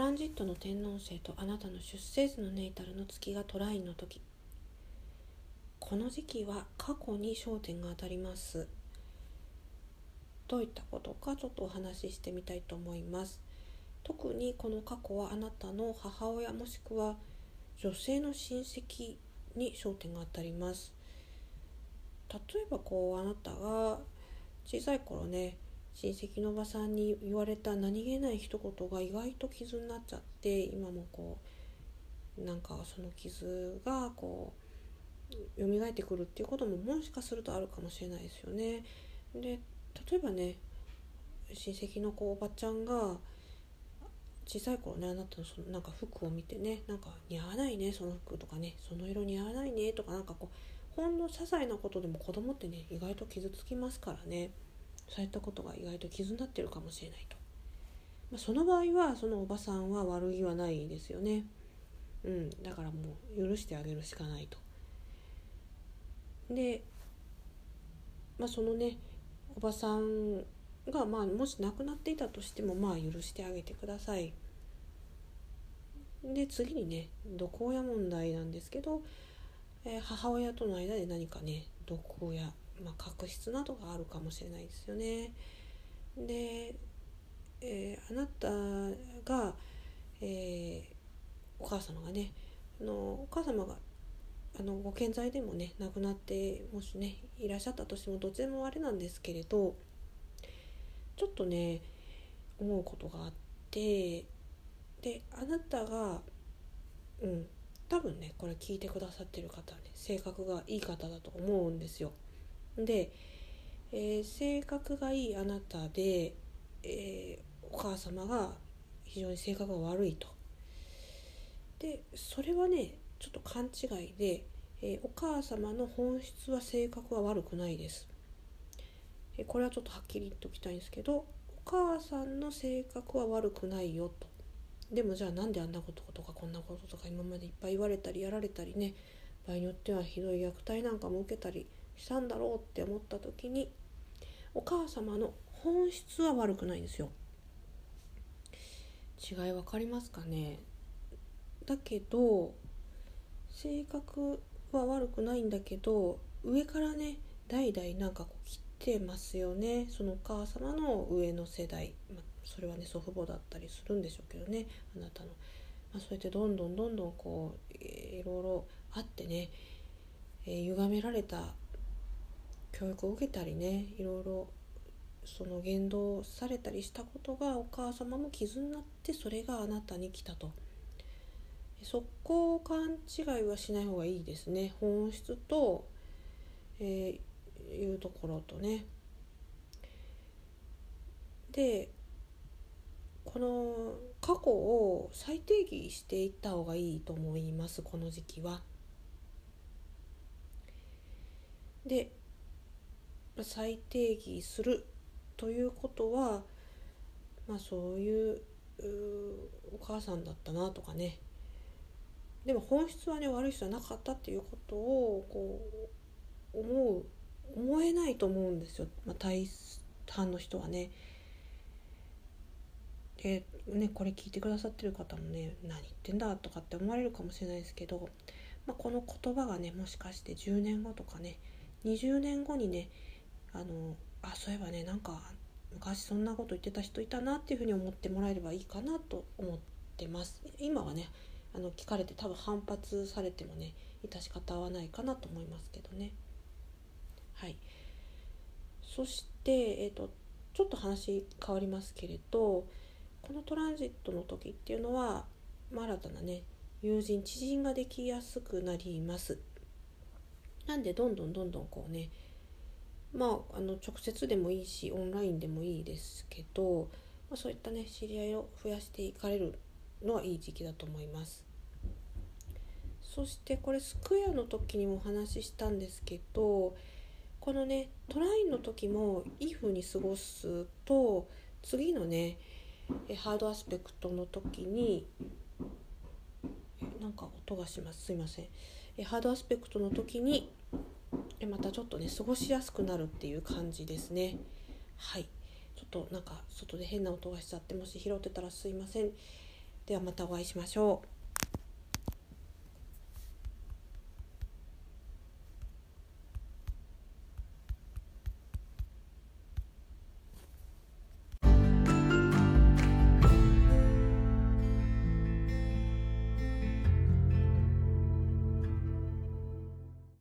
ランジットの天王星とあなたの出生図のネイタルの月がトラインの時、この時期は過去に焦点が当たります。どういったことかちょっとお話ししてみたいと思います。特にこの過去はあなたの母親もしくは女性の親戚に焦点が当たります。例えばあなたが小さい頃ね、親戚のおばさんに言われた何気ない一言が意外と傷になっちゃって、今もなんかその傷が蘇ってくるっていうことももしかするとあるかもしれないですよね。で、例えばね、親戚のおばちゃんが小さい頃ね、あなたのなんか服を見てね、なんか似合わないねその服とかね、その色似合わないねとか、なんかほんの些細なことでも子供ってね意外と傷つきますからね。そういったことが意外と傷になってるかもしれないと、その場合はそのおばさんは悪気はないですよね。だからもう許してあげるしかないと。で、そのねおばさんがもし亡くなっていたとしても許してあげてください。で、次にね毒親問題なんですけど、母親との間で何かね毒親、確執などがあるかもしれないですよね。で、あなたが、お母様がねお母様がご健在でもね亡くなってもしねいらっしゃったとしてもどっちでもあれなんですけれど、ちょっとね思うことがあって、であなたが多分ねこれ聞いてくださってる方はね性格がいい方だと思うんですよ。で、性格がいいあなたで、お母様が非常に性格が悪いと。でそれはねちょっと勘違いで、お母様の本質は性格は悪くないです。これはちょっとはっきり言っておきたいんですけど、お母さんの性格は悪くないよと。でもじゃあなんであんなこととかこんなこととか今までいっぱい言われたりやられたりね、場合によってはひどい虐待なんかも受けたりしたんだろうって思った時に、お母様の本質は悪くないんですよ。違い分かりますかね。だけど性格は悪くないんだけど、上からね代々なんか来てますよね。そのお母様の上の世代、それはね祖父母だったりするんでしょうけどね、あなたの、そうやってどんどんいろいろあってね、歪められた教育を受けたりね、いろいろその言動されたりしたことがお母様も傷になって、それがあなたに来たと。そこを勘違いはしない方がいいですね。本質と、いうところとね。で、この過去を再定義していった方がいいと思います、この時期は。で、再定義するということは、そういうお母さんだったなとかね、でも本質はね悪い人はなかったっていうことを思えないと思うんですよ、大半の人はね。でね、これ聞いてくださってる方もね何言ってんだとかって思われるかもしれないですけど、この言葉がねもしかして10年後とかね20年後にねそういえばねなんか昔そんなこと言ってた人いたなっていうふうに思ってもらえればいいかなと思ってます。今はね聞かれて多分反発されてもね致し方はないかなと思いますけどね。はい。そして、ちょっと話変わりますけれど、このトランジットの時っていうのは、新たなね友人知人ができやすくなります。なんでどんどんね、直接でもいいしオンラインでもいいですけど、そういったね知り合いを増やしていかれるのはいい時期だと思います。そしてこれスクエアの時にもお話ししたんですけど、このねトラインの時もいい風に過ごすと、次のねハードアスペクトの時になんか音がします、すいません。ハードアスペクトの時にまたちょっとね過ごしやすくなるっていう感じですね。はい。ちょっとなんか外で変な音がしちゃって、もし拾ってたらすいません。 ではまたお会いしましょう。